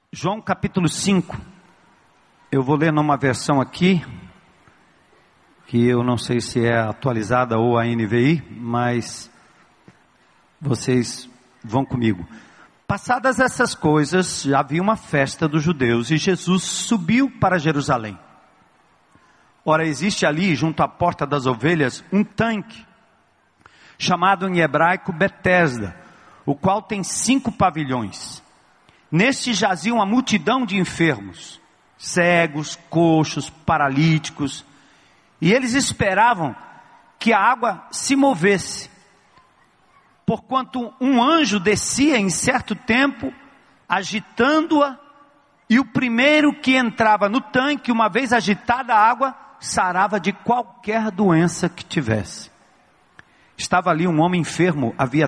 João capítulo 5, eu vou ler numa versão aqui, que eu não sei se é atualizada ou a NVI, mas vocês vão comigo. Passadas essas coisas, já havia uma festa dos judeus e Jesus subiu para Jerusalém. Ora, existe ali, junto à porta das ovelhas, um tanque, chamado em hebraico Betesda, o qual tem 5 pavilhões. Neste jazia uma multidão de enfermos, cegos, coxos, paralíticos, e eles esperavam que a água se movesse, porquanto um anjo descia em certo tempo, agitando-a, e o primeiro que entrava no tanque, uma vez agitada a água, sarava de qualquer doença que tivesse. Estava ali um homem enfermo, havia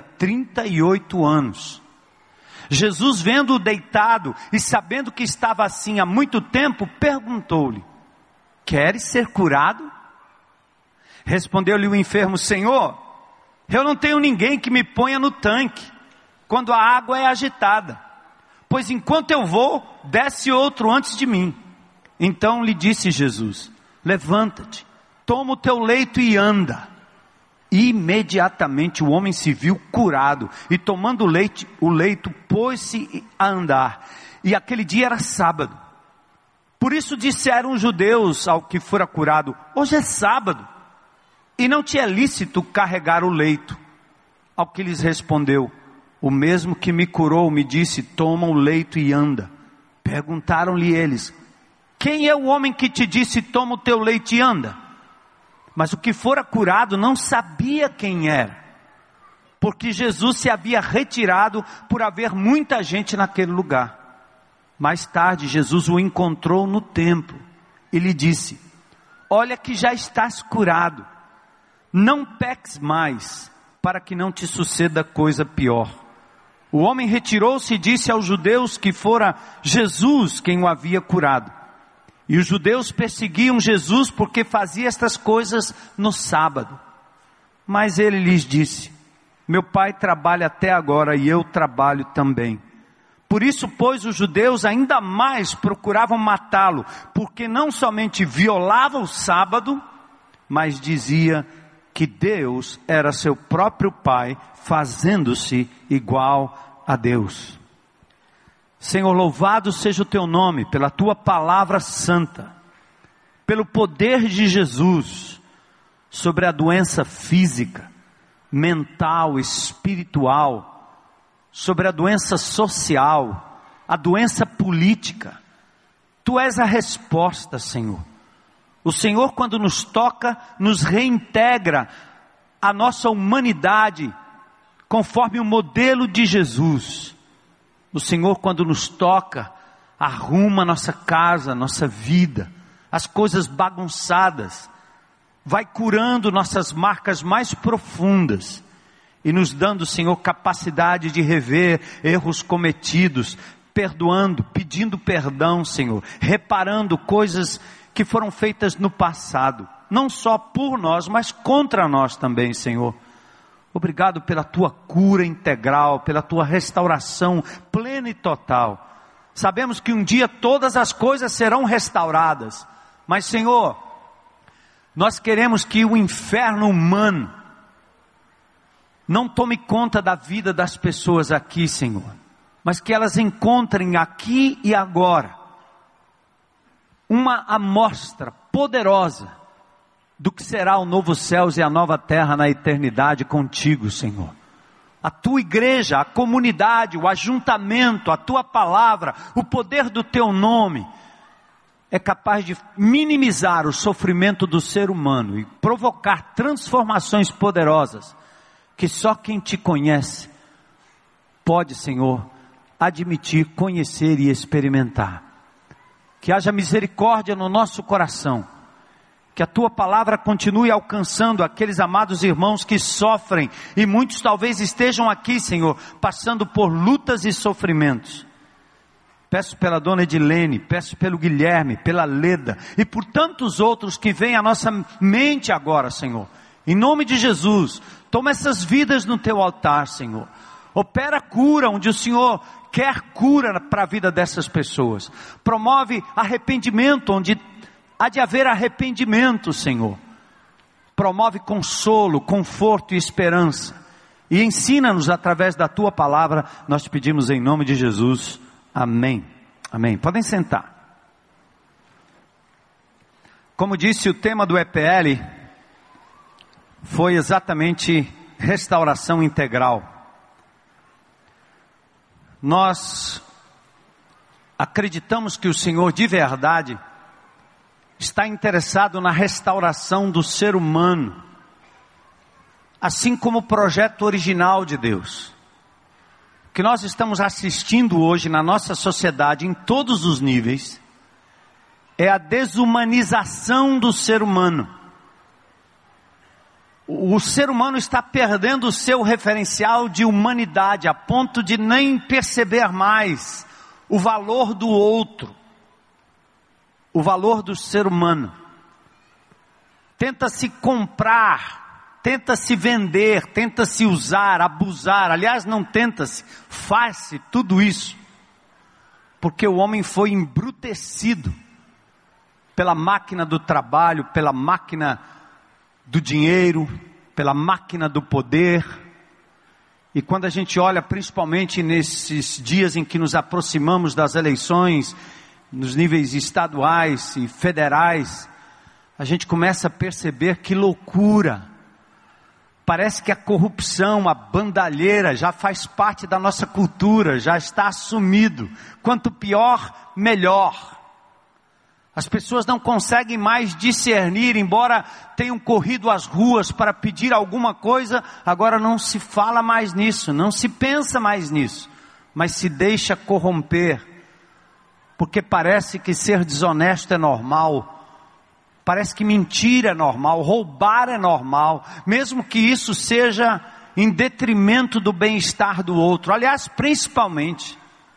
38 anos. Jesus, vendo-o deitado e sabendo que estava assim há muito tempo, perguntou-lhe: queres ser curado? Respondeu-lhe o enfermo: Senhor, eu não tenho ninguém que me ponha no tanque quando a água é agitada, pois enquanto eu vou, desce outro antes de mim. Então lhe disse Jesus: levanta-te, toma o teu leito e anda. Imediatamente o homem se viu curado, e tomando o leito, pôs-se a andar. E aquele dia era sábado. Por isso disseram os judeus ao que fora curado: hoje é sábado, e não te é lícito carregar o leito. Ao que lhes respondeu: o mesmo que me curou me disse: toma o leito e anda. Perguntaram-lhe eles: quem é o homem que te disse: toma o teu leito e anda? Mas o que fora curado não sabia quem era, porque Jesus se havia retirado por haver muita gente naquele lugar. Mais tarde Jesus o encontrou no templo e lhe disse: olha que já estás curado, não peques mais, para que não te suceda coisa pior. O homem retirou-se e disse aos judeus que fora Jesus quem o havia curado. E os judeus perseguiam Jesus porque fazia estas coisas no sábado. Mas ele lhes disse: meu pai trabalha até agora e eu trabalho também. Por isso, pois, os judeus ainda mais procuravam matá-lo, porque não somente violava o sábado, mas dizia que Deus era seu próprio pai, fazendo-se igual a Deus. Senhor, louvado seja o teu nome, pela tua palavra santa, pelo poder de Jesus, sobre a doença física, mental, espiritual, sobre a doença social, a doença política. Tu és a resposta, Senhor. O Senhor, quando nos toca, nos reintegra a nossa humanidade, conforme o modelo de Jesus. O Senhor, quando nos toca, arruma nossa casa, nossa vida, as coisas bagunçadas, vai curando nossas marcas mais profundas e nos dando, Senhor, capacidade de rever erros cometidos, perdoando, pedindo perdão, Senhor, reparando coisas que foram feitas no passado, não só por nós, mas contra nós também, Senhor. Obrigado pela tua cura integral, pela tua restauração plena e total. Sabemos que um dia todas as coisas serão restauradas, mas, Senhor, nós queremos que o inferno humano não tome conta da vida das pessoas aqui, Senhor, mas que elas encontrem aqui e agora uma amostra poderosa do que será o novo céus e a nova terra na eternidade contigo, Senhor. A tua igreja, a comunidade, o ajuntamento, a tua palavra, o poder do teu nome é capaz de minimizar o sofrimento do ser humano e provocar transformações poderosas que só quem te conhece pode, Senhor, admitir, conhecer e experimentar. Que haja misericórdia no nosso coração, que a tua palavra continue alcançando aqueles amados irmãos que sofrem, e muitos talvez estejam aqui, Senhor, passando por lutas e sofrimentos. Peço pela dona Edilene, peço pelo Guilherme, pela Leda, e por tantos outros que vêm à nossa mente agora, Senhor. Em nome de Jesus, toma essas vidas no teu altar, Senhor. Opera a cura onde o Senhor quer cura para a vida dessas pessoas. Promove arrependimento onde há de haver arrependimento, Senhor. Promove consolo, conforto e esperança. E ensina-nos através da Tua palavra, nós te pedimos em nome de Jesus. Amém. Amém. Podem sentar. Como disse, o tema do EPL foi exatamente restauração integral. Nós acreditamos que o Senhor de verdade está interessado na restauração do ser humano, assim como o projeto original de Deus. O que nós estamos assistindo hoje na nossa sociedade, em todos os níveis, é a desumanização do ser humano. O ser humano está perdendo o seu referencial de humanidade, a ponto de nem perceber mais o valor do outro, o valor do ser humano. Tenta-se comprar, tenta-se vender, tenta-se usar, abusar. Aliás, não tenta-se, faz-se tudo isso, porque o homem foi embrutecido pela máquina do trabalho, pela máquina do dinheiro, pela máquina do poder. E quando a gente olha, principalmente nesses dias em que nos aproximamos das eleições, nos níveis estaduais e federais, a gente começa a perceber que loucura. Parece que a corrupção, a bandalheira já faz parte da nossa cultura, já está assumido. Quanto pior, melhor. As pessoas não conseguem mais discernir, embora tenham corrido às ruas para pedir alguma coisa, agora não se fala mais nisso, não se pensa mais nisso, mas se deixa corromper, porque parece que ser desonesto é normal, parece que mentir é normal, roubar é normal, mesmo que isso seja em detrimento do bem-estar do outro, aliás, principalmente.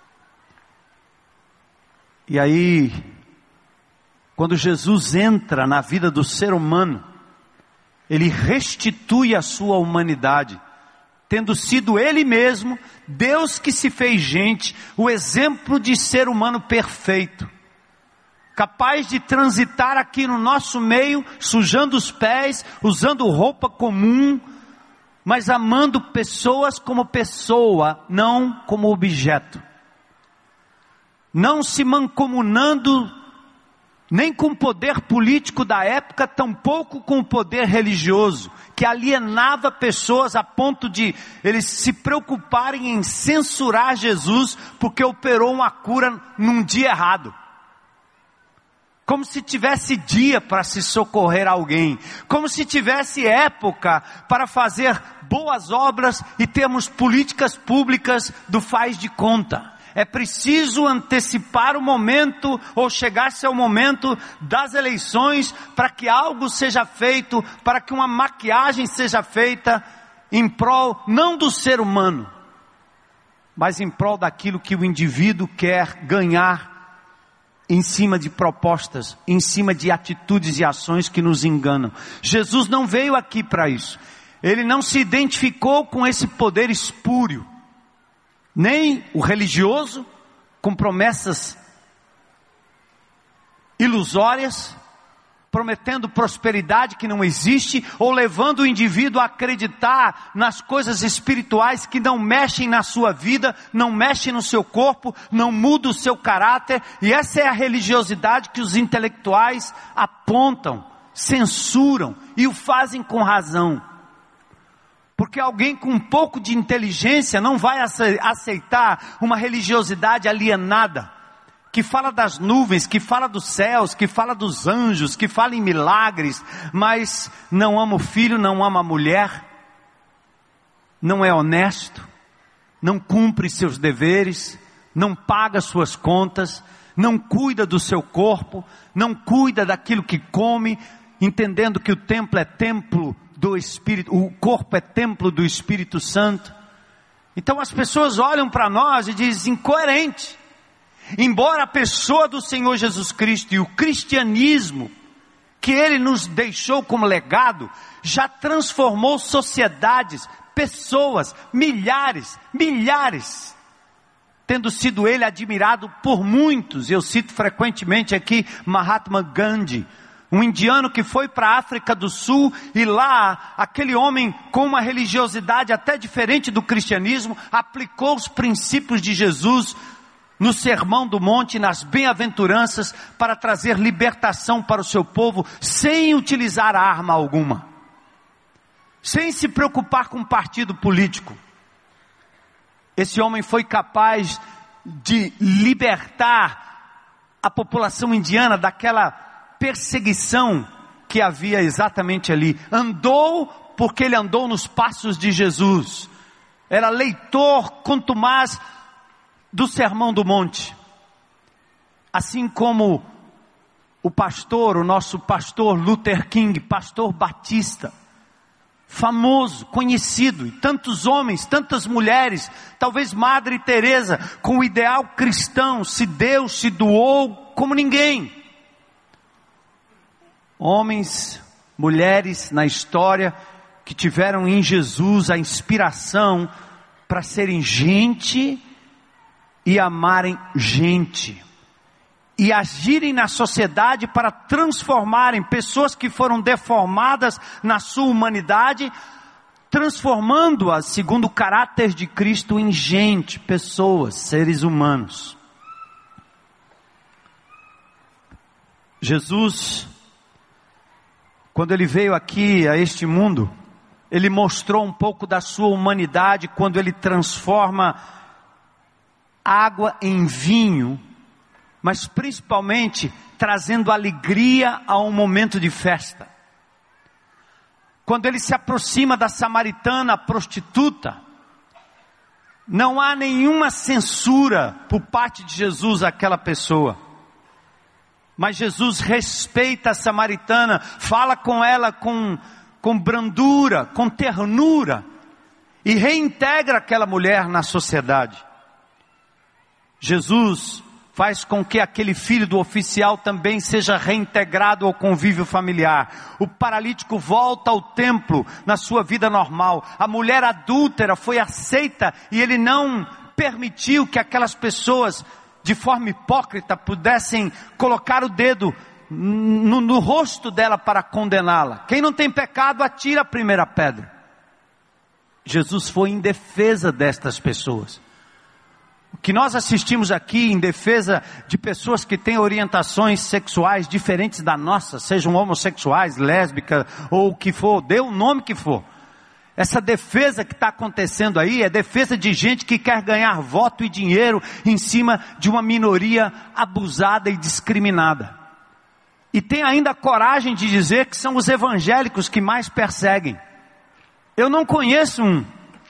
E aí, quando Jesus entra na vida do ser humano, Ele restitui a sua humanidade, tendo sido Ele mesmo, Deus que se fez gente, o exemplo de ser humano perfeito, capaz de transitar aqui no nosso meio, sujando os pés, usando roupa comum, mas amando pessoas como pessoa, não como objeto, não se mancomunando nem com o poder político da época, tampouco com o poder religioso, que alienava pessoas a ponto de eles se preocuparem em censurar Jesus, porque operou uma cura num dia errado. Como se tivesse dia para se socorrer alguém, como se tivesse época para fazer boas obras e termos políticas públicas do faz de conta. É preciso antecipar o momento, ou chegar-se ao momento das eleições, para que algo seja feito, para que uma maquiagem seja feita, em prol, não do ser humano, mas em prol daquilo que o indivíduo quer ganhar, em cima de propostas, em cima de atitudes e ações que nos enganam. Jesus não veio aqui para isso, Ele não se identificou com esse poder espúrio, nem o religioso, com promessas ilusórias, prometendo prosperidade que não existe, ou levando o indivíduo a acreditar nas coisas espirituais que não mexem na sua vida, não mexem no seu corpo, não mudam o seu caráter. E essa é a religiosidade que os intelectuais apontam, censuram e o fazem com razão. Porque alguém com um pouco de inteligência não vai aceitar uma religiosidade alienada, que fala das nuvens, que fala dos céus, que fala dos anjos, que fala em milagres, mas não ama o filho, não ama a mulher, não é honesto, não cumpre seus deveres, não paga suas contas, não cuida do seu corpo, não cuida daquilo que come, entendendo que o templo é templo do Espírito, o corpo é templo do Espírito Santo. Então as pessoas olham para nós e dizem, incoerente. Embora a pessoa do Senhor Jesus Cristo e o cristianismo que Ele nos deixou como legado, já transformou sociedades, pessoas, milhares. tendo sido ele admirado por muitos. Eu cito frequentemente aqui Mahatma Gandhi, um indiano que foi para a África do Sul, e lá, aquele homem com uma religiosidade até diferente do cristianismo, aplicou os princípios de Jesus no Sermão do Monte, nas bem-aventuranças, para trazer libertação para o seu povo, sem utilizar arma alguma, sem se preocupar com partido político. Esse homem foi capaz de libertar a população indiana daquela perseguição que havia exatamente ali. Andou porque ele andou nos passos de Jesus. Era leitor contumaz do Sermão do Monte. Assim como o nosso pastor Luther King, pastor batista, famoso, conhecido, e tantos homens, tantas mulheres, talvez Madre Teresa, com o ideal cristão, se deu, se doou como ninguém. Homens, mulheres na história que tiveram em Jesus a inspiração para serem gente e amarem gente, e agirem na sociedade para transformarem pessoas que foram deformadas na sua humanidade, transformando-as segundo o caráter de Cristo em gente, pessoas, seres humanos. Jesus, quando ele veio aqui a este mundo, ele mostrou um pouco da sua humanidade quando ele transforma água em vinho, mas principalmente trazendo alegria a um momento de festa. Quando ele se aproxima da samaritana prostituta, não há nenhuma censura por parte de Jesus àquela pessoa, mas Jesus respeita a samaritana, fala com ela com brandura, com ternura, e reintegra aquela mulher na sociedade. Jesus faz com que aquele filho do oficial também seja reintegrado ao convívio familiar. O paralítico volta ao templo na sua vida normal. A mulher adúltera foi aceita, e ele não permitiu que aquelas pessoas, de forma hipócrita, pudessem colocar o dedo no rosto dela para condená-la. Quem não tem pecado, atira a primeira pedra. Jesus foi em defesa destas pessoas. O que nós assistimos aqui em defesa de pessoas que têm orientações sexuais diferentes da nossa, sejam homossexuais, lésbicas ou o que for, dê o nome que for. Essa defesa que está acontecendo aí é defesa de gente que quer ganhar voto e dinheiro em cima de uma minoria abusada e discriminada. E tem ainda a coragem de dizer que são os evangélicos que mais perseguem. Eu não conheço um.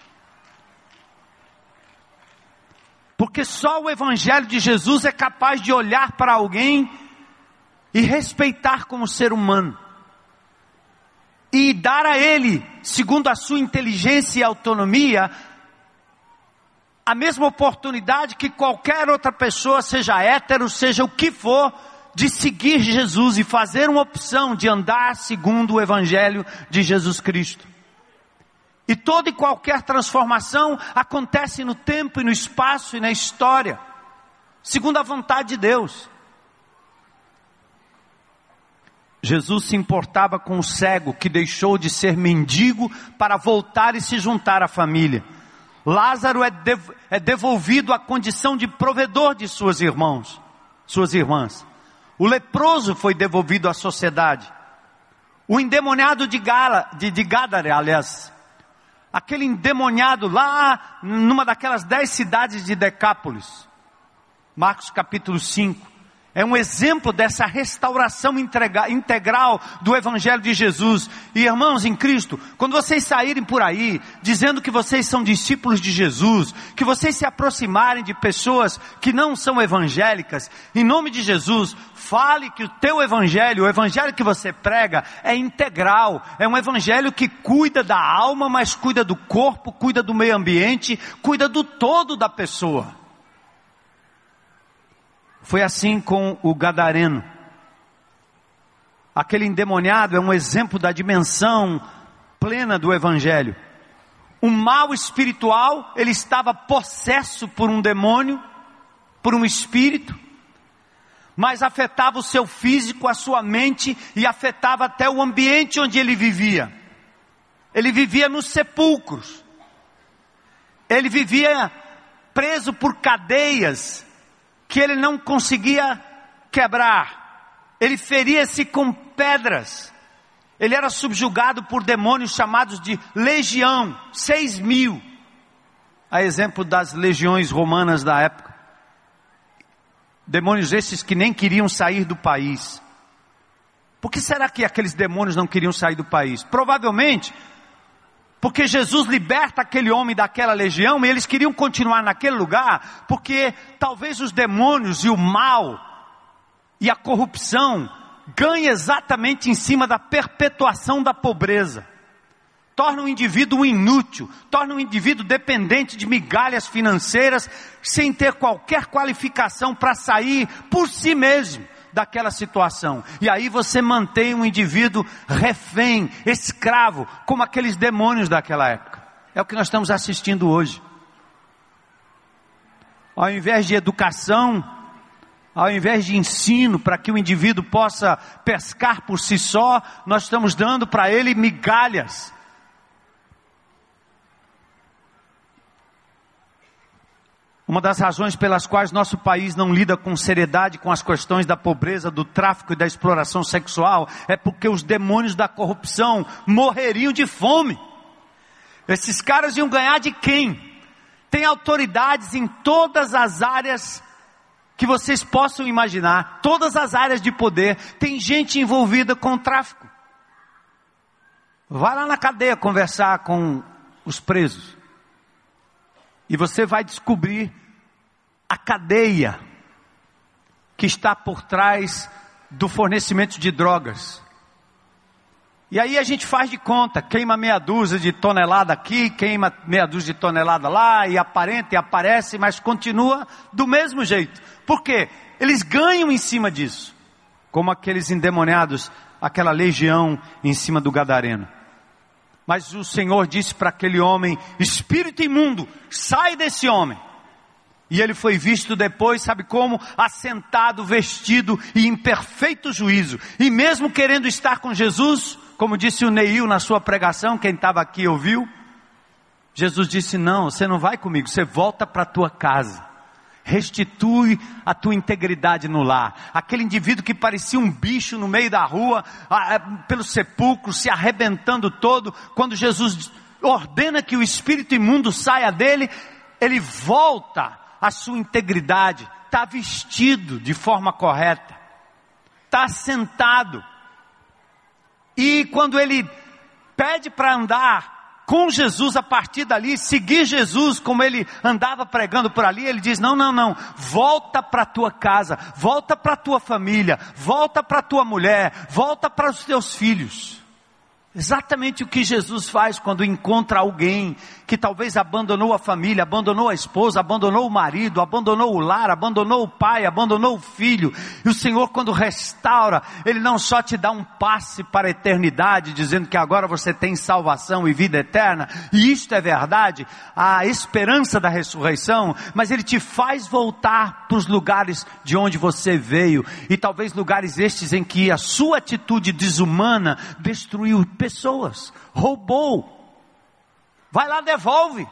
Porque só o Evangelho de Jesus é capaz de olhar para alguém e respeitar como ser humano. E dar a ele, segundo a sua inteligência e autonomia, a mesma oportunidade que qualquer outra pessoa, seja hétero, seja o que for, de seguir Jesus e fazer uma opção de andar segundo o Evangelho de Jesus Cristo. E toda e qualquer transformação acontece no tempo e no espaço e na história, segundo a vontade de Deus. Jesus se importava com o cego que deixou de ser mendigo para voltar e se juntar à família. Lázaro é devolvido à condição de provedor de suas irmãs. O leproso foi devolvido à sociedade. O endemoniado de Gadara, aliás, aquele endemoniado lá numa daquelas 10 cidades de Decápolis, Marcos capítulo 5, é um exemplo dessa restauração integral do Evangelho de Jesus. E irmãos em Cristo, quando vocês saírem por aí, dizendo que vocês são discípulos de Jesus, que vocês se aproximarem de pessoas que não são evangélicas, em nome de Jesus, fale que o teu Evangelho, o Evangelho que você prega, é integral, é um Evangelho que cuida da alma, mas cuida do corpo, cuida do meio ambiente, cuida do todo da pessoa. Foi assim com o gadareno. Aquele endemoniado é um exemplo da dimensão plena do Evangelho. um mal espiritual, ele estava possesso por um demônio, por um espírito, mas afetava o seu físico, a sua mente, e afetava até o ambiente onde ele vivia. Ele vivia nos sepulcros, ele vivia preso por cadeias que ele não conseguia quebrar, ele feria-se com pedras, ele era subjugado por demônios chamados de legião, 6.000, a exemplo das legiões romanas da época. Demônios esses que nem queriam sair do país. Por que será que aqueles demônios não queriam sair do país? Provavelmente porque Jesus liberta aquele homem daquela legião e eles queriam continuar naquele lugar, porque talvez os demônios e o mal e a corrupção ganhem exatamente em cima da perpetuação da pobreza. Torna o indivíduo inútil, torna o indivíduo dependente de migalhas financeiras, sem ter qualquer qualificação para sair por si mesmo daquela situação. E aí você mantém um indivíduo refém, escravo, como aqueles demônios daquela época. É o que nós estamos assistindo hoje. Ao invés de educação, ao invés de ensino para que o indivíduo possa pescar por si só, nós estamos dando para ele migalhas. Uma das razões pelas quais nosso país não lida com seriedade com as questões da pobreza, do tráfico e da exploração sexual, é porque os demônios da corrupção morreriam de fome. Esses caras iam ganhar de quem? Tem autoridades em todas as áreas que vocês possam imaginar, todas as áreas de poder, tem gente envolvida com o tráfico. Vai lá na cadeia conversar com os presos. E você vai descobrir a cadeia que está por trás do fornecimento de drogas. E aí a gente faz de conta, queima meia dúzia de tonelada aqui, queima meia dúzia de tonelada lá, e aparenta e aparece, mas continua do mesmo jeito. Por quê? Eles ganham em cima disso, como aqueles endemoniados, aquela legião em cima do gadareno. Mas o Senhor disse para aquele homem: espírito imundo, sai desse homem. E ele foi visto depois, sabe como? Assentado, vestido e em perfeito juízo. E mesmo querendo estar com Jesus, como disse o Neil na sua pregação, quem estava aqui ouviu, Jesus disse: não, você não vai comigo, você volta para a tua casa. Restitui a tua integridade no lar. Aquele indivíduo que parecia um bicho no meio da rua, pelo sepulcro, se arrebentando todo, quando Jesus ordena que o espírito imundo saia dele, ele volta à sua integridade, está vestido de forma correta, está sentado, e quando ele pede para andar com Jesus a partir dali, seguir Jesus como ele andava pregando por ali, ele diz: não, volta para a tua casa, volta para a tua família, volta para a tua mulher, volta para os teus filhos. Exatamente o que Jesus faz quando encontra alguém que talvez abandonou a família, abandonou a esposa, abandonou o marido, abandonou o lar, abandonou o pai, abandonou o filho. E o Senhor, quando restaura, Ele não só te dá um passe para a eternidade, dizendo que agora você tem salvação e vida eterna, e isto é verdade, a esperança da ressurreição, mas Ele te faz voltar para os lugares de onde você veio, e talvez lugares estes em que a sua atitude desumana destruiu pessoas, roubou. Vai lá, devolve.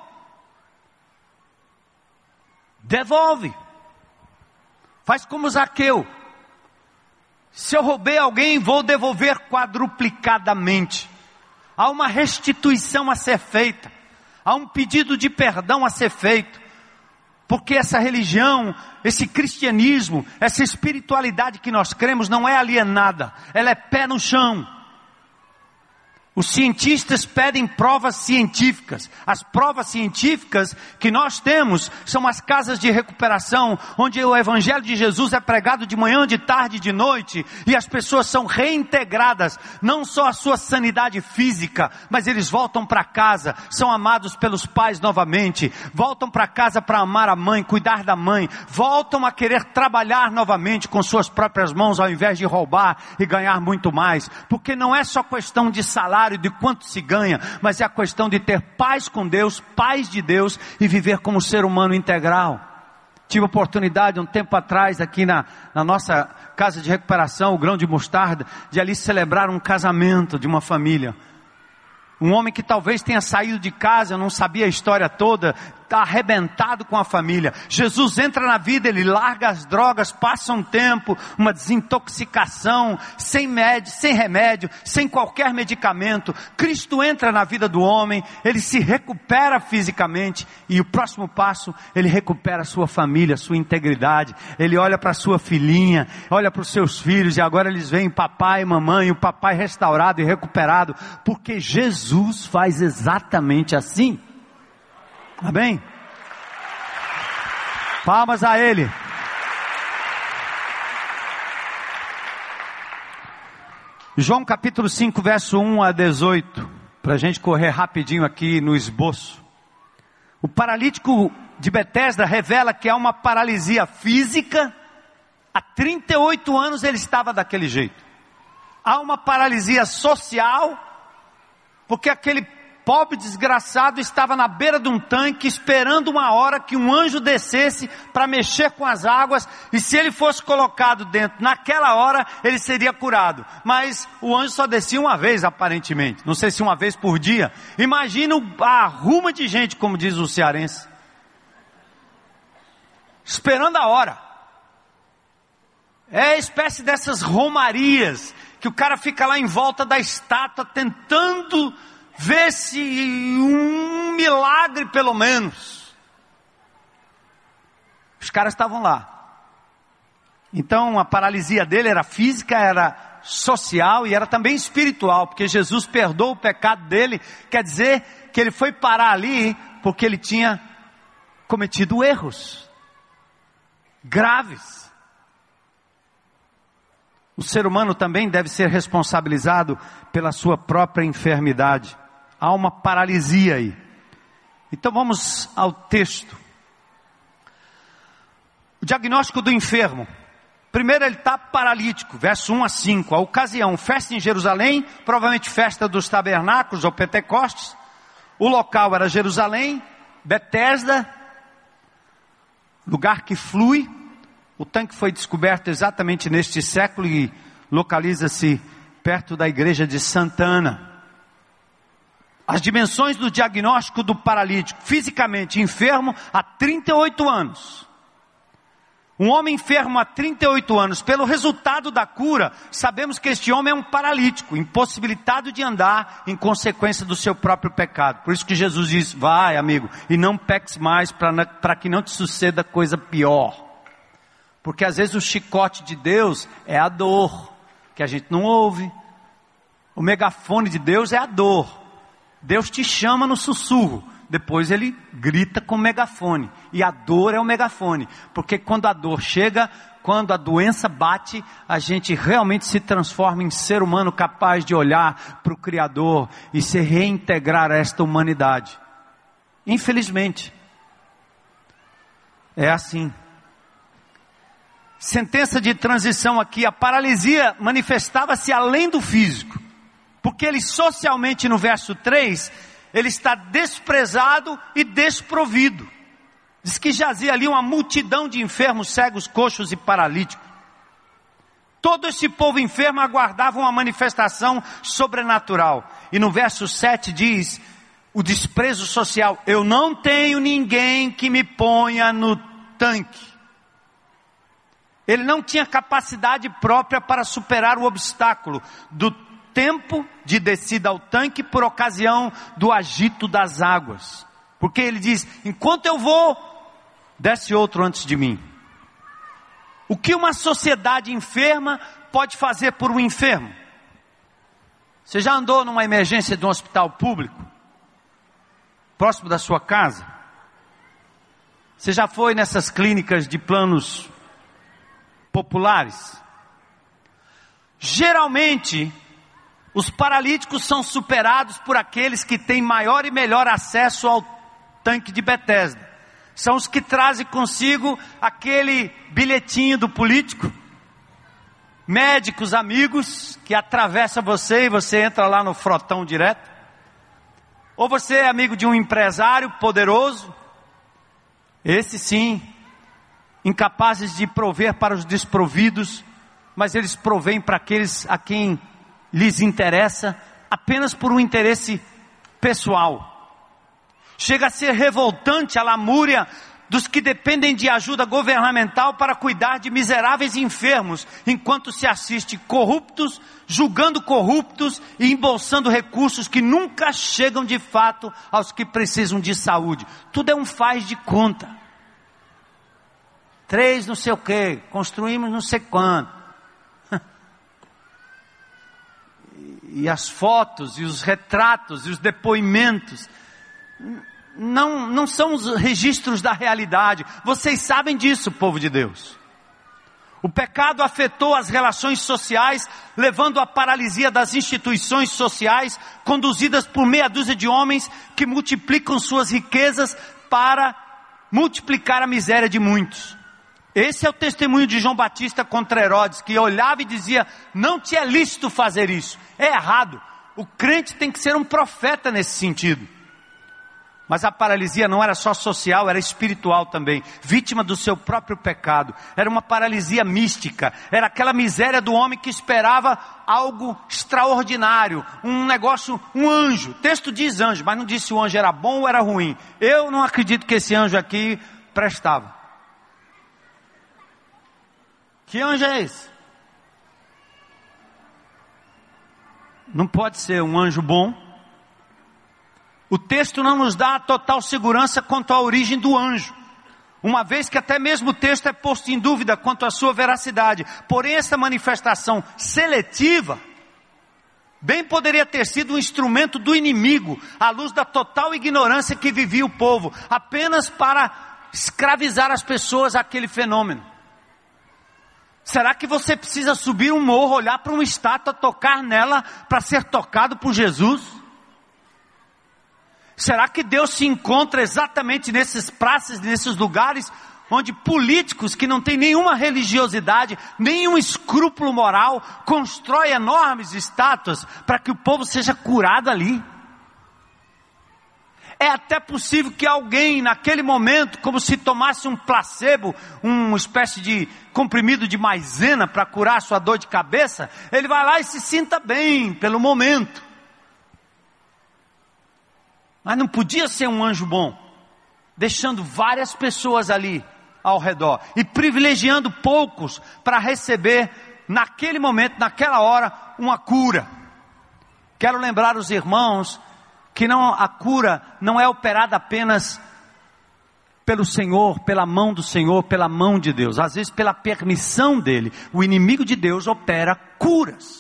Faz como Zaqueu: se eu roubei alguém, vou devolver quadruplicadamente. Há uma restituição a ser feita, há um pedido de perdão a ser feito, porque essa religião, esse cristianismo, essa espiritualidade que nós cremos não é alienada, ela é pé no chão. Os cientistas pedem provas científicas. As provas científicas que nós temos são as casas de recuperação, onde o Evangelho de Jesus é pregado de manhã, de tarde e de noite, e as pessoas são reintegradas, não só a sua sanidade física, mas eles voltam para casa, são amados pelos pais novamente, voltam para casa para amar a mãe, cuidar da mãe, voltam a querer trabalhar novamente com suas próprias mãos, ao invés de roubar e ganhar muito mais, porque não é só questão de salário salário, de quanto se ganha, mas é a questão de ter paz com Deus, paz de Deus e viver como ser humano integral. Tive oportunidade um tempo atrás aqui na nossa casa de recuperação, o Grão de Mostarda, de ali celebrar um casamento de uma família. Um homem que talvez tenha saído de casa, não sabia a história toda, está arrebentado com a família. Jesus entra na vida, ele larga as drogas, passa um tempo, uma desintoxicação, sem remédio, sem qualquer medicamento. Cristo entra na vida do homem, ele se recupera fisicamente e o próximo passo, ele recupera a sua família, a sua integridade. Ele olha para a sua filhinha, olha para os seus filhos e agora eles veem papai e mamãe, o papai restaurado e recuperado, porque Jesus faz exatamente assim. Amém? Palmas a Ele. João capítulo 5, verso 1 a 18. Para a gente correr rapidinho aqui no esboço. O paralítico de Betesda revela que há uma paralisia física. Há 38 anos ele estava daquele jeito. Há uma paralisia social, porque aquele pobre desgraçado estava na beira de um tanque esperando uma hora que um anjo descesse para mexer com as águas, e se ele fosse colocado dentro naquela hora, ele seria curado. Mas o anjo só descia uma vez aparentemente, não sei se uma vez por dia. Imagina a arruma de gente, como diz o cearense, esperando a hora. É a espécie dessas romarias, que o cara fica lá em volta da estátua tentando ver se um milagre pelo menos. Os caras estavam lá. Então a paralisia dele era física, era social e era também espiritual, porque Jesus perdoou o pecado dele. Quer dizer que ele foi parar ali porque ele tinha cometido erros graves. O ser humano também deve ser responsabilizado pela sua própria enfermidade. Há uma paralisia aí. Então vamos ao texto. O diagnóstico do enfermo. Primeiro ele está paralítico, verso 1 a 5. A ocasião, festa em Jerusalém, provavelmente festa dos tabernáculos ou Pentecostes. O local era Jerusalém, Betesda, lugar que flui. O tanque foi descoberto exatamente neste século e localiza-se perto da igreja de Santana. As dimensões do diagnóstico do paralítico: fisicamente enfermo há 38 anos. Um homem enfermo há 38 anos, pelo resultado da cura, sabemos que este homem é um paralítico, impossibilitado de andar em consequência do seu próprio pecado. Por isso que Jesus diz: vai amigo, e não peques mais para que não te suceda coisa pior. Porque às vezes o chicote de Deus é a dor, que a gente não ouve. O megafone de Deus é a dor. Deus te chama no sussurro, depois ele grita com o megafone. E a dor é o megafone, porque quando a dor chega, quando a doença bate, a gente realmente se transforma em ser humano capaz de olhar para o Criador e se reintegrar a esta humanidade. Infelizmente, é assim. Sentença de transição aqui: a paralisia manifestava-se além do físico, porque ele socialmente, no verso 3, ele está desprezado e desprovido. Diz que jazia ali uma multidão de enfermos, cegos, coxos e paralíticos. Todo esse povo enfermo aguardava uma manifestação sobrenatural. E no verso 7 diz, o desprezo social: eu não tenho ninguém que me ponha no tanque. Ele não tinha capacidade própria para superar o obstáculo do tempo de descida ao tanque por ocasião do agito das águas. Porque ele diz: enquanto eu vou, desce outro antes de mim. O que uma sociedade enferma pode fazer por um enfermo? Você já andou numa emergência de um hospital público, próximo da sua casa? Você já foi nessas clínicas de planos populares? Geralmente, os paralíticos são superados por aqueles que têm maior e melhor acesso ao tanque de Betesda. São os que trazem consigo aquele bilhetinho do político, médicos amigos que atravessam você e você entra lá no frotão direto. Ou você é amigo de um empresário poderoso, esse sim, incapazes de prover para os desprovidos, mas eles provêm para aqueles a quem lhes interessa, apenas por um interesse pessoal. Chega a ser revoltante a lamúria dos que dependem de ajuda governamental para cuidar de miseráveis enfermos, enquanto se assiste corruptos, julgando corruptos e embolsando recursos que nunca chegam de fato aos que precisam de saúde. Tudo é um faz de conta. 3 não sei o que, construímos não sei quanto. E as fotos, e os retratos, e os depoimentos não são os registros da realidade. Vocês sabem disso, povo de Deus. O pecado afetou as relações sociais, levando à paralisia das instituições sociais, conduzidas por meia dúzia de homens que multiplicam suas riquezas para multiplicar a miséria de muitos. Esse é o testemunho de João Batista contra Herodes, que olhava e dizia: não te é lícito fazer isso, é errado. O crente tem que ser um profeta nesse sentido. Mas a paralisia não era só social, era espiritual também, vítima do seu próprio pecado. Era uma paralisia mística, era aquela miséria do homem que esperava algo extraordinário, um negócio, um anjo. O texto diz anjo, mas não disse se o anjo era bom ou era ruim. Eu não acredito que esse anjo aqui prestava. Que anjo é esse? Não pode ser um anjo bom. O texto não nos dá total segurança quanto à origem do anjo, uma vez que até mesmo o texto é posto em dúvida quanto à sua veracidade. Porém, essa manifestação seletiva bem poderia ter sido um instrumento do inimigo, à luz da total ignorância que vivia o povo, apenas para escravizar as pessoas àquele fenômeno. Será que você precisa subir um morro, olhar para uma estátua, tocar nela para ser tocado por Jesus? Será que Deus se encontra exatamente nesses praças, nesses lugares onde políticos que não têm nenhuma religiosidade, nenhum escrúpulo moral, constroem enormes estátuas para que o povo seja curado ali? É até possível que alguém naquele momento, como se tomasse um placebo, uma espécie de comprimido de maisena para curar sua dor de cabeça, ele vai lá e se sinta bem pelo momento. Mas não podia ser um anjo bom, deixando várias pessoas ali ao redor e privilegiando poucos para receber naquele momento, naquela hora, uma cura. Quero lembrar os irmãos que a cura não é operada apenas pelo Senhor, pela mão do Senhor, pela mão de Deus. Às vezes pela permissão dele. O inimigo de Deus opera curas.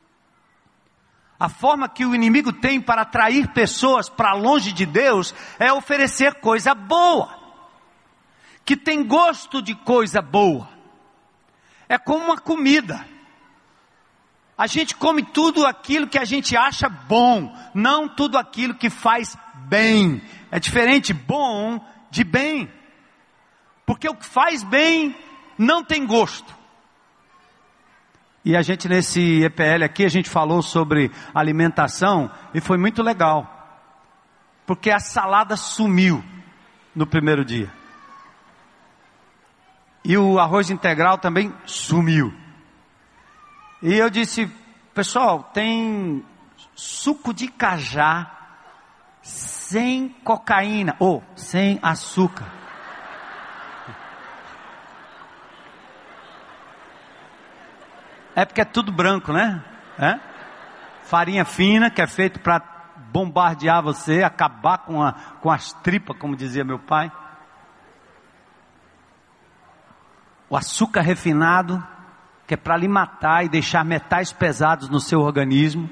A forma que o inimigo tem para atrair pessoas para longe de Deus é oferecer coisa boa, que tem gosto de coisa boa. É como uma comida. A gente come tudo aquilo que a gente acha bom, não tudo aquilo que faz bem. É diferente bom de bem, porque o que faz bem não tem gosto. E a gente nesse EPL aqui, a gente falou sobre alimentação e foi muito legal. Porque a salada sumiu no primeiro dia. E o arroz integral também sumiu. E eu disse, pessoal, tem suco de cajá sem cocaína, ou sem açúcar. É porque é tudo branco, né? Farinha fina, que é feito para bombardear você, acabar com as tripas, como dizia meu pai. O açúcar refinado, que é para lhe matar e deixar metais pesados no seu organismo.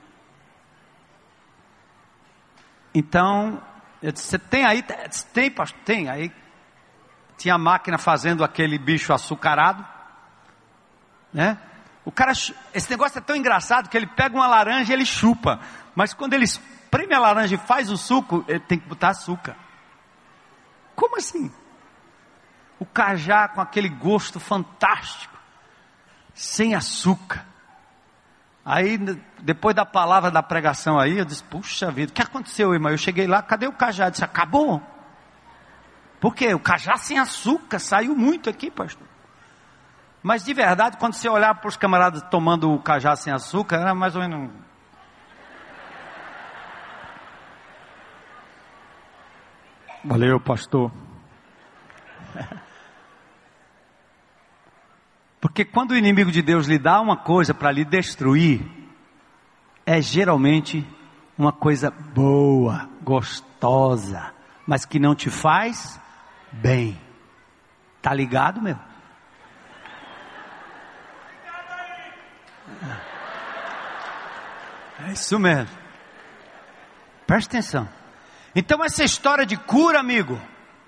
Então, eu disse, você tem aí? Tem, pastor? Tem. Aí tinha a máquina fazendo aquele bicho açucarado, né? O cara, esse negócio é tão engraçado que ele pega uma laranja e ele chupa. Mas quando ele espreme a laranja e faz o suco, ele tem que botar açúcar. Como assim? O cajá com aquele gosto fantástico. sem açúcar. Aí, depois da palavra da pregação aí, eu disse, puxa vida, o que aconteceu, irmão? Eu cheguei lá, cadê o cajá? Eu disse, acabou. Por quê? O cajá sem açúcar, saiu muito aqui, pastor. Mas de verdade, quando você olhar para os camaradas tomando o cajá sem açúcar, era mais ou menos... Valeu, pastor. Porque quando o inimigo de Deus lhe dá uma coisa para lhe destruir, é geralmente uma coisa boa, gostosa, mas que não te faz bem. Tá ligado, meu? É isso mesmo. Presta atenção. Então essa história de cura, amigo,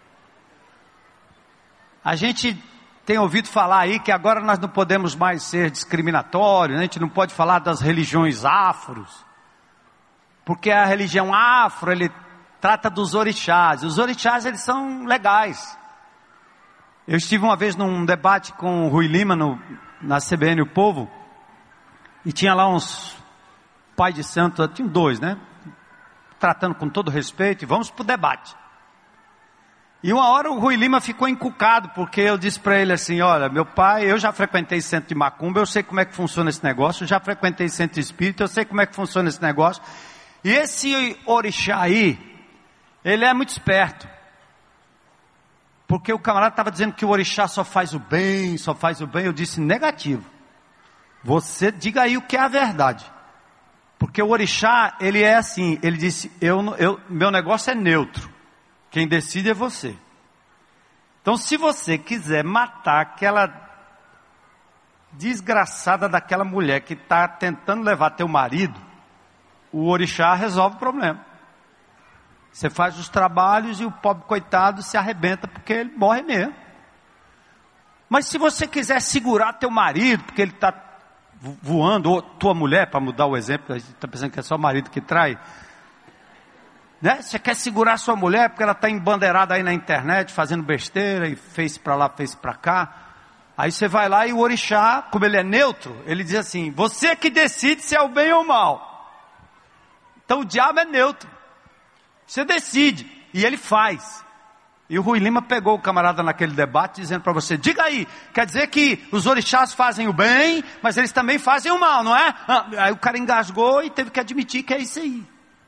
a gente tem ouvido falar aí que agora nós não podemos mais ser discriminatórios, né? A gente não pode falar das religiões afros, porque a religião afro, ele trata dos orixás. Os orixás, eles são legais. Eu estive uma vez num debate com o Rui Lima na CBN O Povo, e tinha lá uns pai de santo, tinha dois, né? Tratando com todo respeito, e vamos para o debate. E uma hora o Rui Lima ficou encucado, porque eu disse para ele assim, olha, meu pai, eu já frequentei centro de macumba, eu sei como é que funciona esse negócio, eu já frequentei centro espírita, eu sei como é que funciona esse negócio. E esse orixá aí, ele é muito esperto. Porque o camarada estava dizendo que o orixá só faz o bem, eu disse, negativo. Você diga aí o que é a verdade. Porque o orixá, ele é assim, ele disse, meu negócio é neutro. Quem decide é você. Então se você quiser matar aquela desgraçada daquela mulher que está tentando levar teu marido, o orixá resolve o problema. Você faz os trabalhos e o pobre coitado se arrebenta porque ele morre mesmo. Mas se você quiser segurar teu marido, porque ele está voando, ou tua mulher, para mudar o exemplo, a gente está pensando que é só o marido que trai, né? Você quer segurar sua mulher porque ela está embandeirada aí na internet, fazendo besteira, e fez para lá, fez para cá. Aí você vai lá e o orixá, como ele é neutro, ele diz assim, você que decide se é o bem ou o mal. Então o diabo é neutro. Você decide, e ele faz. E o Rui Lima pegou o camarada naquele debate, dizendo para você, diga aí, quer dizer que os orixás fazem o bem, mas eles também fazem o mal, não é? Aí o cara engasgou e teve que admitir que é isso aí.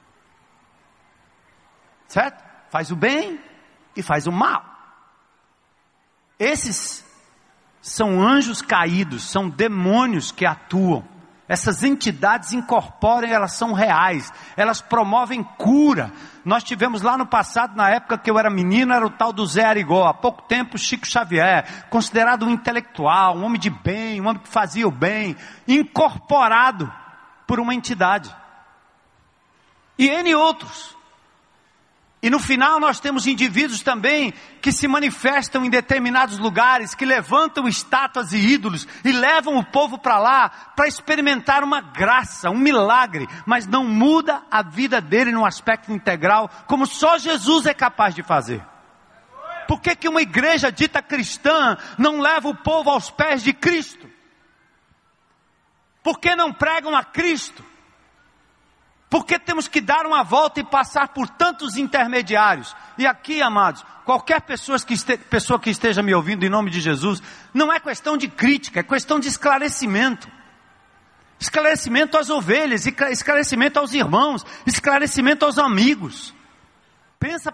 Certo? Faz o bem e faz o mal. Esses são anjos caídos, são demônios que atuam. Essas entidades incorporam, elas são reais, elas promovem cura. Nós tivemos lá no passado, na época que eu era menino, era o tal do Zé Arigó. Há pouco tempo, Chico Xavier, considerado um intelectual, um homem de bem, um homem que fazia o bem, incorporado por uma entidade. E N outros. E no final nós temos indivíduos também que se manifestam em determinados lugares, que levantam estátuas e ídolos e levam o povo para lá para experimentar uma graça, um milagre, mas não muda a vida dele no aspecto integral, como só Jesus é capaz de fazer. Por que uma igreja dita cristã não leva o povo aos pés de Cristo? Por que não pregam a Cristo? Por que temos que dar uma volta e passar por tantos intermediários? E aqui, amados, qualquer pessoa que esteja me ouvindo em nome de Jesus, não é questão de crítica, é questão de esclarecimento. Esclarecimento às ovelhas, esclarecimento aos irmãos, esclarecimento aos amigos. Pensa.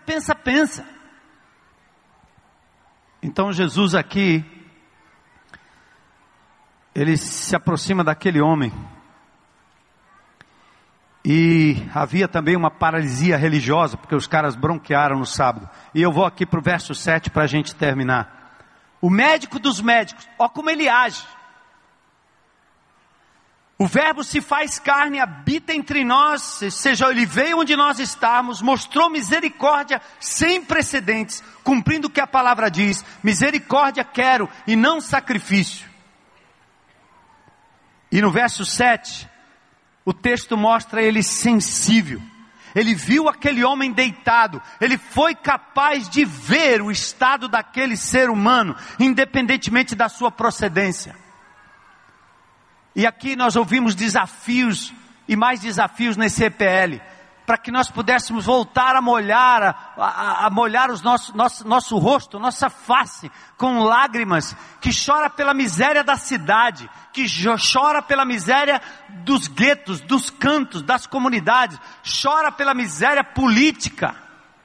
Então Jesus aqui, ele se aproxima daquele homem. E havia também uma paralisia religiosa, porque os caras bronquearam no sábado. E eu vou aqui para o verso 7 para a gente terminar. O médico dos médicos, ó como ele age. O verbo se faz carne, habita entre nós, seja ele veio onde nós estamos, mostrou misericórdia sem precedentes, cumprindo o que a palavra diz, misericórdia quero e não sacrifício. E no verso 7, o texto mostra ele sensível. Ele viu aquele homem deitado. Ele foi capaz de ver o estado daquele ser humano, independentemente da sua procedência. E aqui nós ouvimos desafios e mais desafios nesse EPL, para que nós pudéssemos voltar a molhar, a molhar nosso rosto, nossa face, com lágrimas, que chora pela miséria da cidade, que chora pela miséria dos guetos, dos cantos, das comunidades, chora pela miséria política.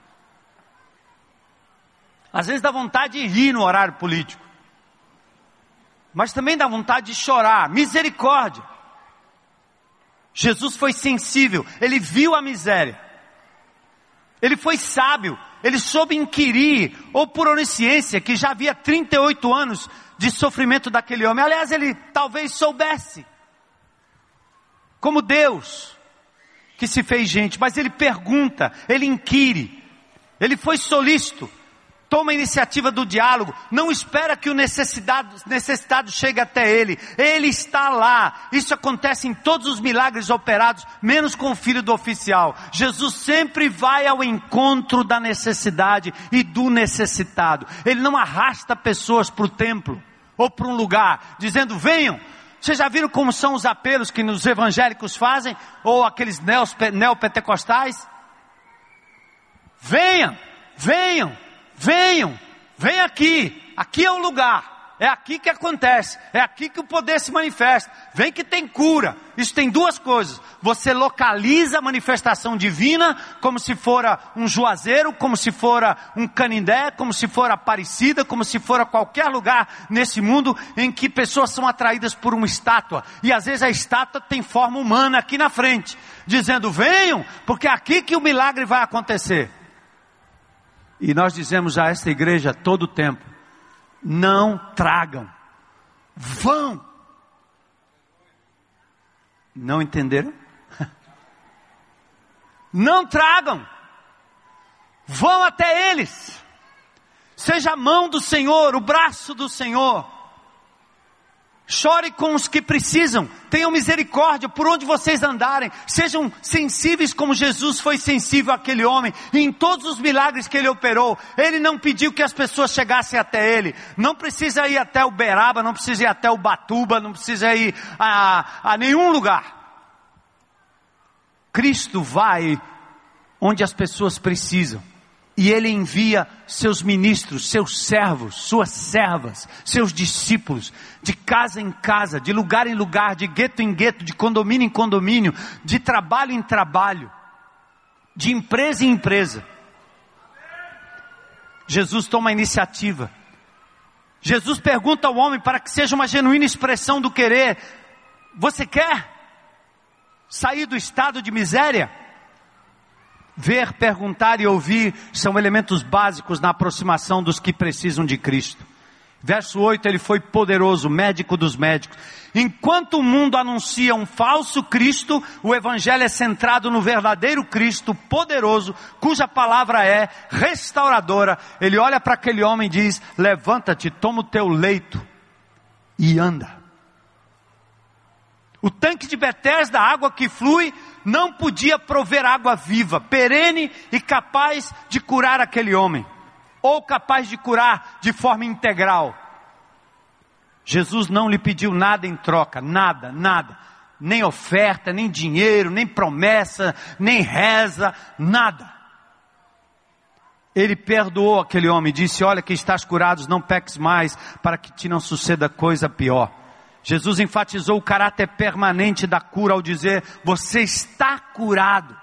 Às vezes dá vontade de rir no horário político, mas também dá vontade de chorar. Misericórdia. Jesus foi sensível, ele viu a miséria, ele foi sábio, ele soube inquirir, ou por onisciência, que já havia 38 anos de sofrimento daquele homem. Aliás, ele talvez soubesse, como Deus, que se fez gente, mas ele pergunta, ele inquire, ele foi solícito, toma a iniciativa do diálogo, não espera que o necessitado chegue até ele, ele está lá. Isso acontece em todos os milagres operados, menos com o filho do oficial. Jesus sempre vai ao encontro da necessidade e do necessitado. Ele não arrasta pessoas para o templo, ou para um lugar, dizendo, venham. Vocês já viram como são os apelos que os evangélicos fazem, ou aqueles neopentecostais? Venham, venham. Venham aqui, aqui é o lugar, é aqui que acontece, é aqui que o poder se manifesta, vem que tem cura. Isso tem duas coisas: você localiza a manifestação divina, como se fora um Juazeiro, como se fora um Canindé, como se fora Aparecida, como se fora qualquer lugar nesse mundo em que pessoas são atraídas por uma estátua, e às vezes a estátua tem forma humana aqui na frente, dizendo, venham, porque é aqui que o milagre vai acontecer. E nós dizemos a esta igreja todo o tempo, não tragam, vão. Não entenderam? Não tragam, vão até eles. Seja a mão do Senhor, o braço do Senhor. Chore com os que precisam, tenham misericórdia por onde vocês andarem, sejam sensíveis como Jesus foi sensível àquele homem, e em todos os milagres que ele operou, ele não pediu que as pessoas chegassem até ele, não precisa ir até o Beraba, não precisa ir até o Batuba, não precisa ir a nenhum lugar. Cristo vai onde as pessoas precisam. E ele envia seus ministros, seus servos, suas servas, seus discípulos, de casa em casa, de lugar em lugar, de gueto em gueto, de condomínio em condomínio, de trabalho em trabalho, de empresa em empresa. Jesus toma a iniciativa. Jesus pergunta ao homem para que seja uma genuína expressão do querer. Você quer sair do estado de miséria? Ver, perguntar e ouvir são elementos básicos na aproximação dos que precisam de Cristo. Verso 8, ele foi poderoso, médico dos médicos. Enquanto o mundo anuncia um falso Cristo, o Evangelho é centrado no verdadeiro Cristo poderoso, cuja palavra é restauradora. Ele olha para aquele homem e diz, levanta-te, toma o teu leito e anda. O tanque de Betesda, a água que flui, não podia prover água viva, perene e capaz de curar aquele homem, ou capaz de curar de forma integral. Jesus não lhe pediu nada em troca, nada, nem oferta, nem dinheiro, nem promessa, nem reza, nada. Ele perdoou aquele homem e disse, olha que estás curado, não peques mais, para que te não suceda coisa pior. Jesus enfatizou o caráter permanente da cura ao dizer, você está curado.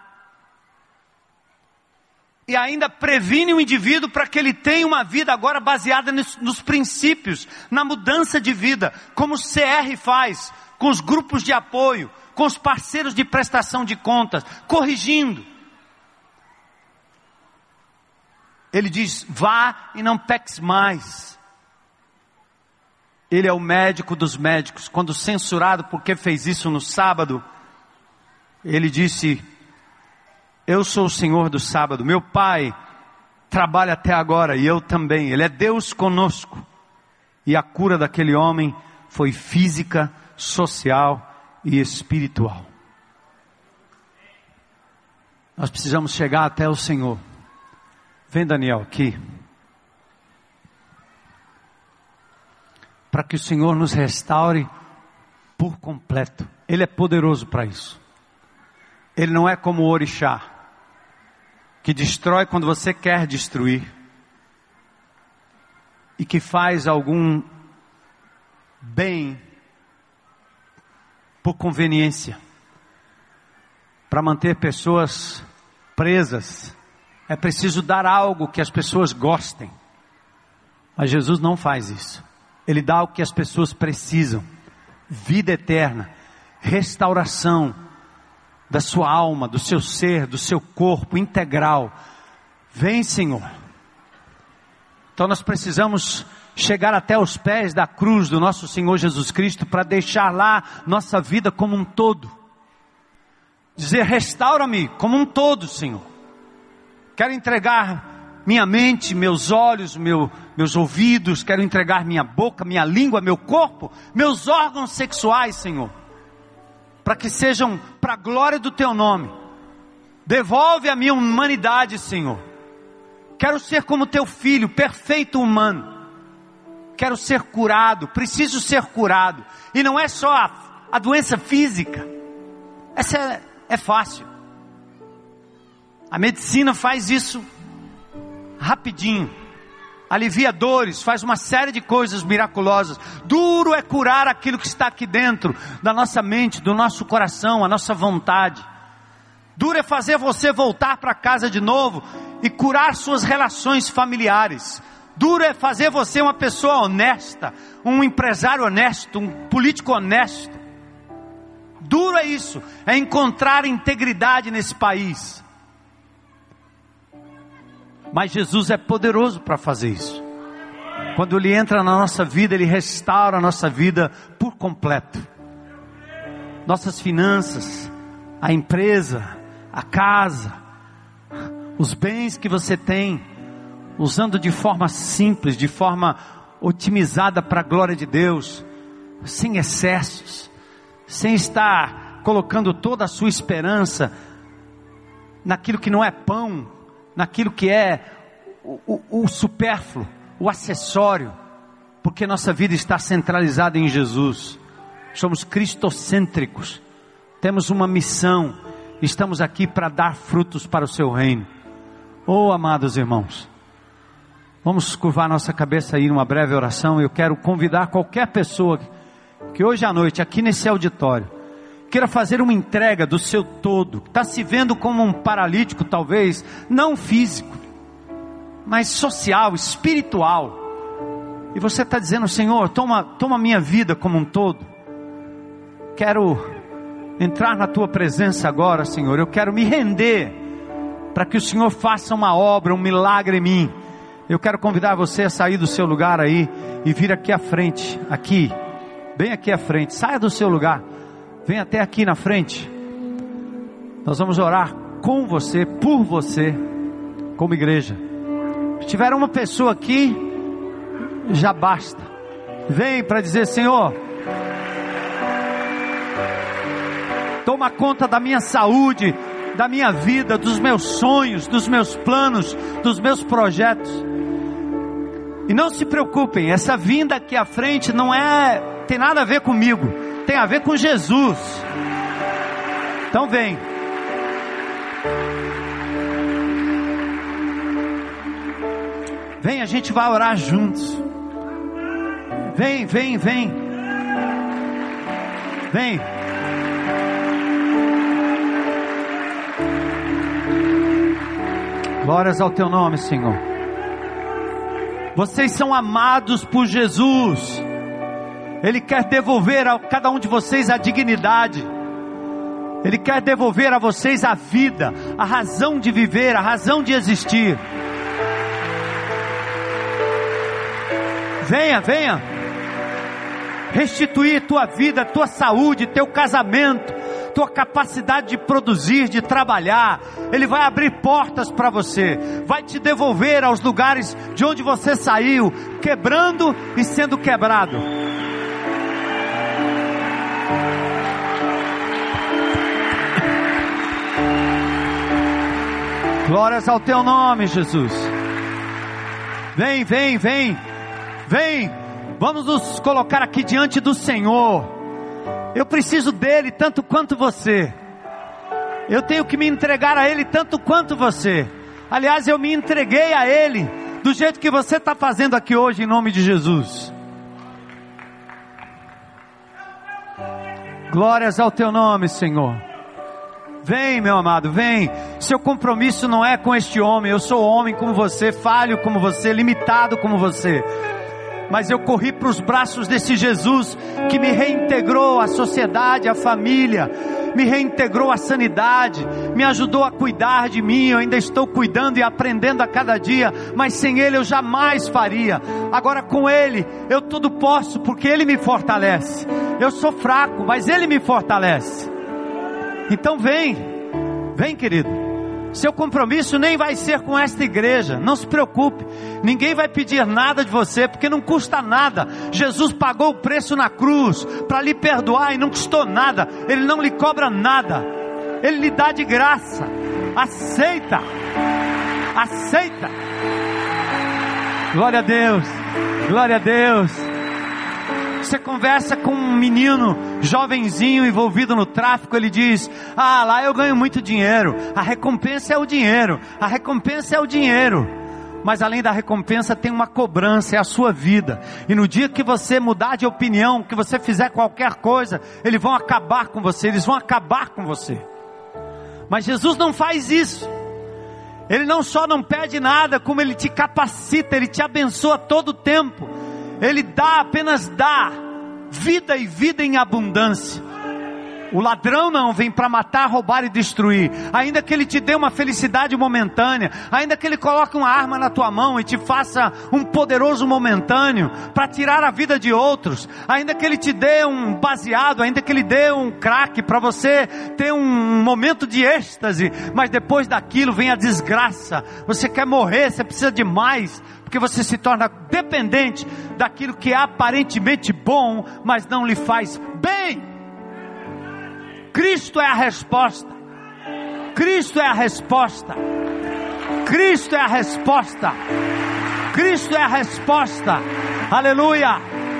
E ainda previne o indivíduo para que ele tenha uma vida agora baseada nos princípios, na mudança de vida, como o CR faz, com os grupos de apoio, com os parceiros de prestação de contas, corrigindo. Ele diz, vá e não peques mais. Ele é o médico dos médicos. Quando censurado porque fez isso no sábado, ele disse, eu sou o Senhor do sábado, meu Pai trabalha até agora e eu também, Ele é Deus conosco. E a cura daquele homem foi física, social e espiritual. Nós precisamos chegar até o Senhor. Vem, Daniel, aqui. Para que o Senhor nos restaure por completo. Ele é poderoso para isso. Ele não é como o orixá, que destrói quando você quer destruir, e que faz algum bem por conveniência, para manter pessoas presas. É preciso dar algo que as pessoas gostem, mas Jesus não faz isso. Ele dá o que as pessoas precisam: vida eterna, restauração da sua alma, do seu ser, do seu corpo integral. Vem, Senhor. Então nós precisamos chegar até os pés da cruz do nosso Senhor Jesus Cristo, para deixar lá nossa vida como um todo. Dizer: restaura-me como um todo, Senhor. Quero entregar minha mente, meus olhos, meus ouvidos, quero entregar minha boca, minha língua, meu corpo, meus órgãos sexuais, Senhor, para que sejam para a glória do Teu nome. Devolve a minha humanidade, Senhor. Quero ser como Teu Filho, perfeito humano. Quero ser curado, preciso ser curado. E não é só a doença física. Essa é fácil. A medicina faz isso rapidinho. Alivia dores, faz uma série de coisas miraculosas. Duro é curar aquilo que está aqui dentro da nossa mente, do nosso coração, a nossa vontade. Duro é fazer você voltar para casa de novo e curar suas relações familiares. Duro é fazer você uma pessoa honesta, um empresário honesto, um político honesto. Duro é isso, é encontrar integridade nesse país. Mas Jesus é poderoso para fazer isso. Quando Ele entra na nossa vida, Ele restaura a nossa vida por completo. Nossas finanças, a empresa, a casa, os bens que você tem, usando de forma simples, de forma otimizada para a glória de Deus, sem excessos, sem estar colocando toda a sua esperança naquilo que não é pão, naquilo que é o supérfluo, o acessório, porque nossa vida está centralizada em Jesus. Somos cristocêntricos, temos uma missão, estamos aqui para dar frutos para o seu reino. Oh, amados irmãos, vamos curvar nossa cabeça aí numa breve oração. Eu quero convidar qualquer pessoa que hoje à noite, aqui nesse auditório, queira fazer uma entrega do seu todo, está se vendo como um paralítico, talvez, não físico, mas social, espiritual, e você está dizendo: Senhor, toma minha vida como um todo. Quero entrar na Tua presença agora, Senhor. Eu quero me render para que o Senhor faça uma obra, um milagre em mim. Eu quero convidar você a sair do seu lugar aí e vir aqui à frente, aqui, bem aqui à frente. Saia do seu lugar, vem até aqui na frente. Nós vamos orar com você, por você, como igreja. Se tiver uma pessoa aqui, já basta. Vem para dizer: Senhor, toma conta da minha saúde, da minha vida, dos meus sonhos, dos meus planos, dos meus projetos. E não se preocupem, essa vinda aqui à frente não tem nada a ver comigo, tem a ver com Jesus. Então vem. Vem, a gente vai orar juntos. Vem. Vem. Glórias ao Teu nome, Senhor. Vocês são amados por Jesus. Ele quer devolver a cada um de vocês a dignidade. Ele quer devolver a vocês a vida, a razão de viver, a razão de existir. Venha. Restituir tua vida, tua saúde, teu casamento, tua capacidade de produzir, de trabalhar. Ele vai abrir portas para você, vai te devolver aos lugares de onde você saiu, quebrando e sendo quebrado. Glórias ao Teu nome, Jesus. Vem. Vamos nos colocar aqui diante do Senhor. Eu preciso dele tanto quanto você. Eu tenho que me entregar a ele tanto quanto você. Aliás, eu me entreguei a ele do jeito que você está fazendo aqui hoje, em nome de Jesus. Glórias ao teu nome, Senhor. Vem, meu amado, vem. Seu compromisso não é com este homem. Eu sou homem como você, falho como você, limitado como você. Mas eu corri para os braços desse Jesus que me reintegrou à sociedade, à família, me reintegrou à sanidade, me ajudou a cuidar de mim. Eu ainda estou cuidando e aprendendo a cada dia, mas sem Ele eu jamais faria. Agora com Ele eu tudo posso, porque Ele me fortalece. Eu sou fraco, mas Ele me fortalece. Então vem, querido. Seu compromisso nem vai ser com esta igreja, não se preocupe. Ninguém vai pedir nada de você, porque não custa nada. Jesus pagou o preço na cruz para lhe perdoar e não custou nada. Ele não lhe cobra nada, Ele lhe dá de graça. Aceita, aceita. Glória a Deus, glória a Deus. Você conversa com um menino jovenzinho envolvido no tráfico, ele diz: ah, lá eu ganho muito dinheiro, a recompensa é o dinheiro, a recompensa é o dinheiro. Mas além da recompensa tem uma cobrança, é a sua vida. E no dia que você mudar de opinião, que você fizer qualquer coisa, eles vão acabar com você, eles vão acabar com você. Mas Jesus não faz isso. Ele não só não pede nada, como Ele te capacita, Ele te abençoa todo o tempo. Ele dá, apenas dá, vida e vida em abundância. O ladrão não vem para matar, roubar e destruir. Ainda que ele te dê uma felicidade momentânea, ainda que ele coloque uma arma na tua mão e te faça um poderoso momentâneo para tirar a vida de outros, ainda que ele te dê um baseado, ainda que ele dê um crack para você ter um momento de êxtase, mas depois daquilo vem a desgraça. Você quer morrer, você precisa de mais, porque você se torna dependente daquilo que é aparentemente bom, mas não lhe faz bem. Cristo é a resposta. Cristo é a resposta. Cristo é a resposta. Cristo é a resposta. Aleluia.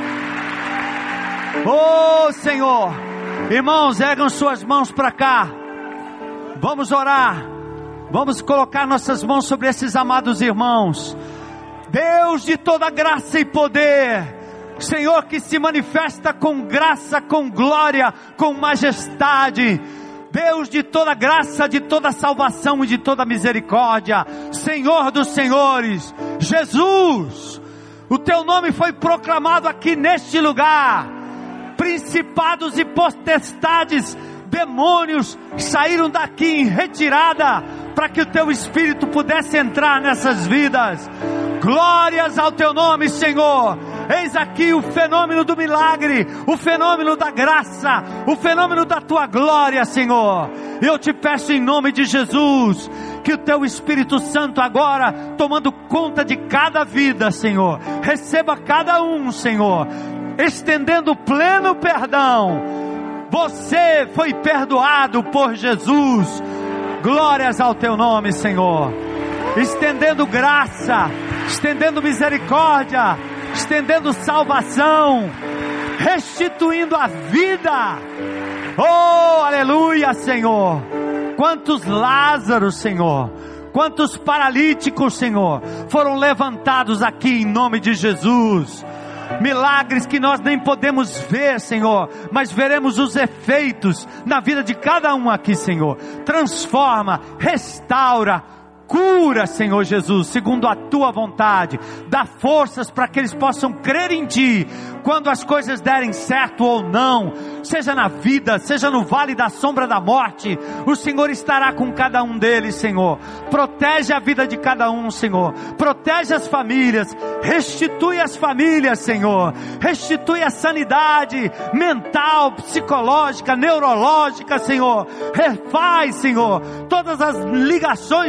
Oh Senhor. Irmãos, ergam suas mãos para cá. Vamos orar. Vamos colocar nossas mãos sobre esses amados irmãos. Deus de toda graça e poder, Senhor que se manifesta com graça, com glória, com majestade, Deus de toda graça, de toda salvação e de toda misericórdia, Senhor dos senhores, Jesus, o teu nome foi proclamado aqui neste lugar. Principados e potestades, demônios saíram daqui em retirada, para que o teu Espírito pudesse entrar nessas vidas. Glórias ao teu nome, Senhor. Eis aqui o fenômeno do milagre, o fenômeno da graça, o fenômeno da tua glória, Senhor. Eu te peço em nome de Jesus, que o teu Espírito Santo agora, tomando conta de cada vida, Senhor, receba cada um, Senhor, estendendo pleno perdão. Você foi perdoado por Jesus. Glórias ao teu nome, Senhor. Estendendo graça, estendendo misericórdia, estendendo salvação, restituindo a vida. Oh, aleluia, Senhor. Quantos Lázaros, Senhor, quantos paralíticos, Senhor, foram levantados aqui em nome de Jesus. Milagres que nós nem podemos ver, Senhor, mas veremos os efeitos na vida de cada um aqui, Senhor. Transforma, restaura, cura, Senhor Jesus, segundo a tua vontade. Dá forças para que eles possam crer em ti, quando as coisas derem certo ou não, seja na vida, seja no vale da sombra da morte, o Senhor estará com cada um deles, Senhor. Protege a vida de cada um, Senhor. Protege as famílias, restitui as famílias, Senhor. Restitui a sanidade mental, psicológica, neurológica, Senhor. Refaz, Senhor, todas as ligações neurológicas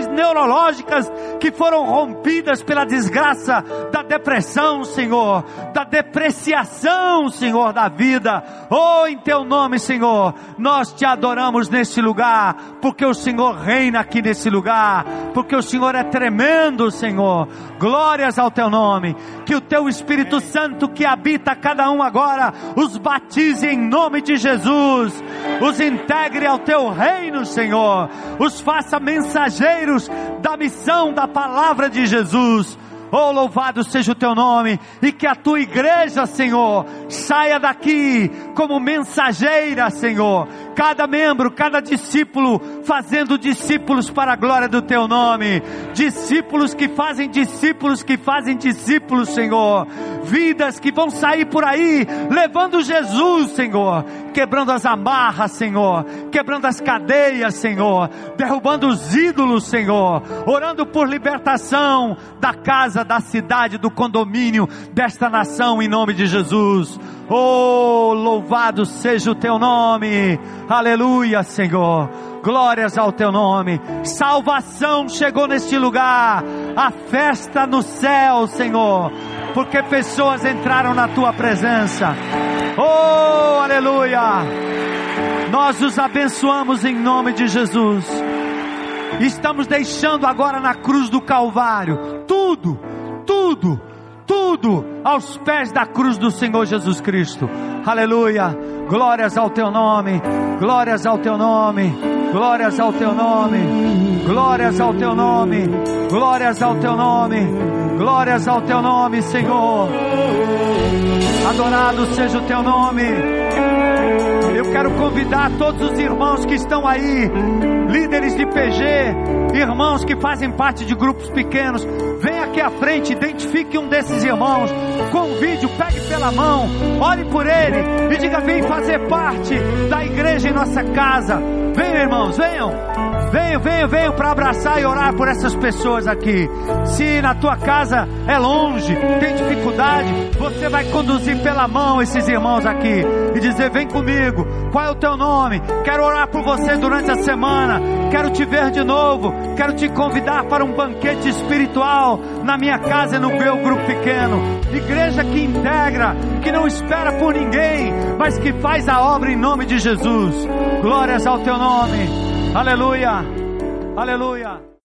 psicológicas que foram rompidas pela desgraça da depressão, Senhor, da depreciação, Senhor, da vida. Oh, em Teu nome, Senhor, nós Te adoramos neste lugar, porque o Senhor reina aqui nesse lugar, porque o Senhor é tremendo, Senhor. Glórias ao Teu nome. Que o Teu Espírito Santo que habita cada um agora, os batize em nome de Jesus, os integre ao Teu reino, Senhor, os faça mensageiros da missão da palavra de Jesus. Oh, louvado seja o Teu nome, e que a Tua igreja, Senhor, saia daqui como mensageira, Senhor, cada membro, cada discípulo, fazendo discípulos para a glória do Teu nome, discípulos que fazem discípulos, que fazem discípulos, Senhor, vidas que vão sair por aí, levando Jesus, Senhor, quebrando as amarras, Senhor, quebrando as cadeias, Senhor, derrubando os ídolos, Senhor, orando por libertação da casa, da cidade, do condomínio, desta nação, em nome de Jesus. Oh, louvado seja o Teu nome, aleluia, Senhor, glórias ao Teu nome. Salvação chegou neste lugar, a festa no céu, Senhor, porque pessoas entraram na Tua presença. Oh, aleluia, nós os abençoamos em nome de Jesus. Estamos deixando agora na cruz do Calvário tudo aos pés da cruz do Senhor Jesus Cristo. Aleluia, glórias ao Teu nome, glórias ao Teu nome, glórias ao Teu nome, glórias ao Teu nome, glórias ao Teu nome, glórias ao Teu nome, Senhor. Adorado seja o Teu nome. Eu quero convidar todos os irmãos que estão aí, líderes de PG, irmãos que fazem parte de grupos pequenos, vem aqui à frente, identifique um desses irmãos, convide, pegue pela mão, ore por ele e diga: vem fazer parte da igreja em nossa casa. Venham, irmãos, venham para abraçar e orar por essas pessoas aqui. Se na tua casa é longe, tem dificuldade, você vai conduzir pela mão esses irmãos aqui e dizer: vem comigo, qual é o teu nome? Quero orar por você durante a semana, quero te ver de novo, quero te convidar para um banquete espiritual na minha casa e no meu grupo pequeno. Igreja que integra, que não espera por ninguém, mas que faz a obra em nome de Jesus. Glórias ao Teu nome. Aleluia, aleluia.